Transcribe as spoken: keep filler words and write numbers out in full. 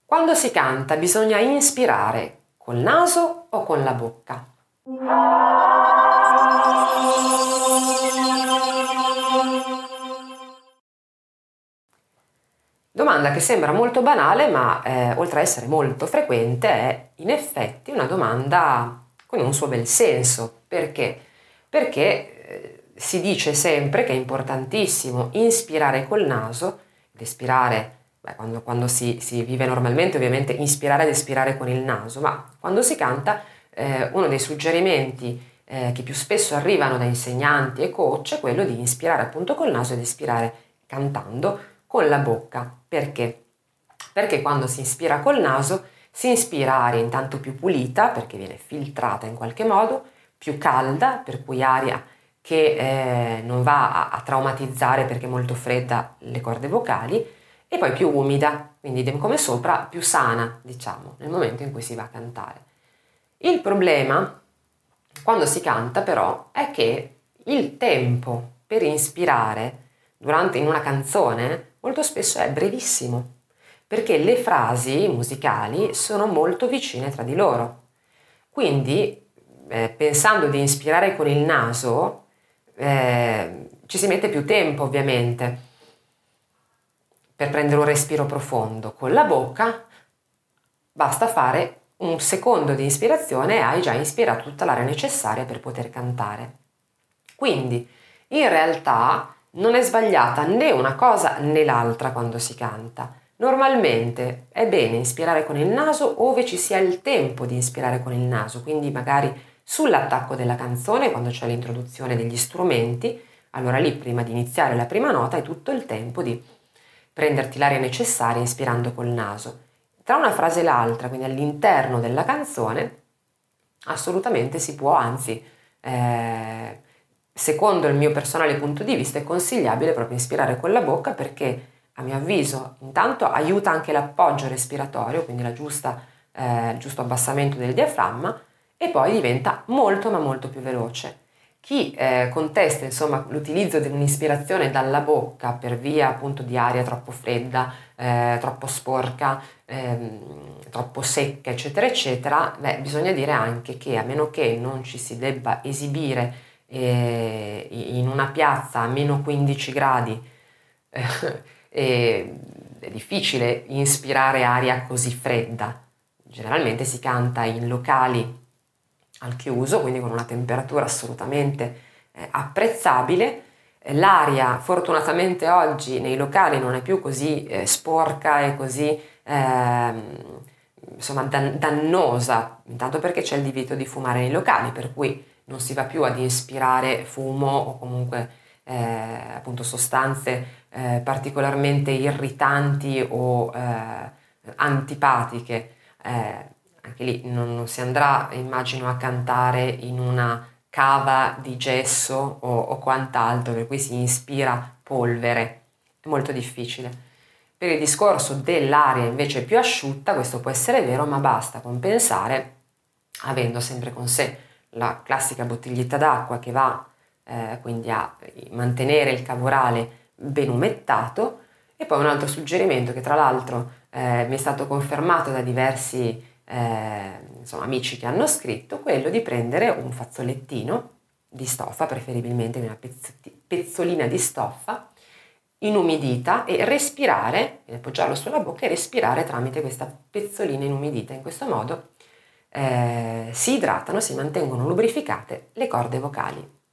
Quando si canta bisogna inspirare col naso o con la bocca? Domanda che sembra molto banale, ma eh, oltre a essere molto frequente è in effetti una domanda con un suo bel senso. Perché? Perché eh, si dice sempre che è importantissimo inspirare col naso ed espirare, beh, quando, quando si, si vive normalmente ovviamente inspirare ed espirare con il naso, ma quando si canta eh, uno dei suggerimenti eh, che più spesso arrivano da insegnanti e coach è quello di inspirare appunto col naso ed espirare cantando con la bocca. Perché? Perché quando si inspira col naso si inspira aria intanto più pulita, perché viene filtrata in qualche modo, più calda, per cui aria che eh, non va a, a traumatizzare perché è molto fredda le corde vocali, e poi più umida, quindi come sopra più sana, diciamo, nel momento in cui si va a cantare. Il problema quando si canta però è che il tempo per inspirare durante in una canzone molto spesso è brevissimo, perché le frasi musicali sono molto vicine tra di loro. Quindi, eh, pensando di inspirare con il naso, eh, ci si mette più tempo ovviamente per prendere un respiro profondo. Con la bocca basta fare un secondo di ispirazione e hai già ispirato tutta l'aria necessaria per poter cantare. Quindi, in realtà, non è sbagliata né una cosa né l'altra quando si canta. Normalmente è bene ispirare con il naso ove ci sia il tempo di ispirare con il naso, quindi magari sull'attacco della canzone, quando c'è l'introduzione degli strumenti, allora lì prima di iniziare la prima nota hai tutto il tempo di prenderti l'aria necessaria ispirando col naso. Tra una frase e l'altra, quindi all'interno della canzone, assolutamente si può, anzi, eh, secondo il mio personale punto di vista è consigliabile proprio ispirare con la bocca, perché a mio avviso intanto aiuta anche l'appoggio respiratorio, quindi la giusta, eh, il giusto abbassamento del diaframma, e poi diventa molto ma molto più veloce. Chi eh, contesta insomma l'utilizzo di un'ispirazione dalla bocca per via appunto di aria troppo fredda, eh, troppo sporca, ehm, troppo secca, eccetera eccetera, beh, bisogna dire anche che a meno che non ci si debba esibire eh, in una piazza a meno quindici gradi, eh, è difficile inspirare aria così fredda. Generalmente si canta in locali al chiuso, quindi con una temperatura assolutamente eh, apprezzabile. L'aria fortunatamente oggi nei locali non è più così eh, sporca e così eh, insomma dan- dannosa, intanto perché c'è il divieto di fumare nei locali, per cui non si va più ad inspirare fumo o comunque eh, appunto sostanze eh, particolarmente irritanti o eh, antipatiche. Eh, anche lì non, non si andrà, immagino, a cantare in una cava di gesso o, o quant'altro, per cui si inspira polvere, è molto difficile. Per il discorso dell'aria invece più asciutta, questo può essere vero, ma basta compensare avendo sempre con sé la classica bottiglietta d'acqua che va eh, quindi a mantenere il cavorale ben umettato. E poi un altro suggerimento che tra l'altro eh, mi è stato confermato da diversi eh, insomma, amici che hanno scritto, quello di prendere un fazzolettino di stoffa, preferibilmente una pezzetti, pezzolina di stoffa inumidita, e respirare, appoggiarlo sulla bocca e respirare tramite questa pezzolina inumidita. In questo modo eh, si idratano, si mantengono lubrificate le corde vocali.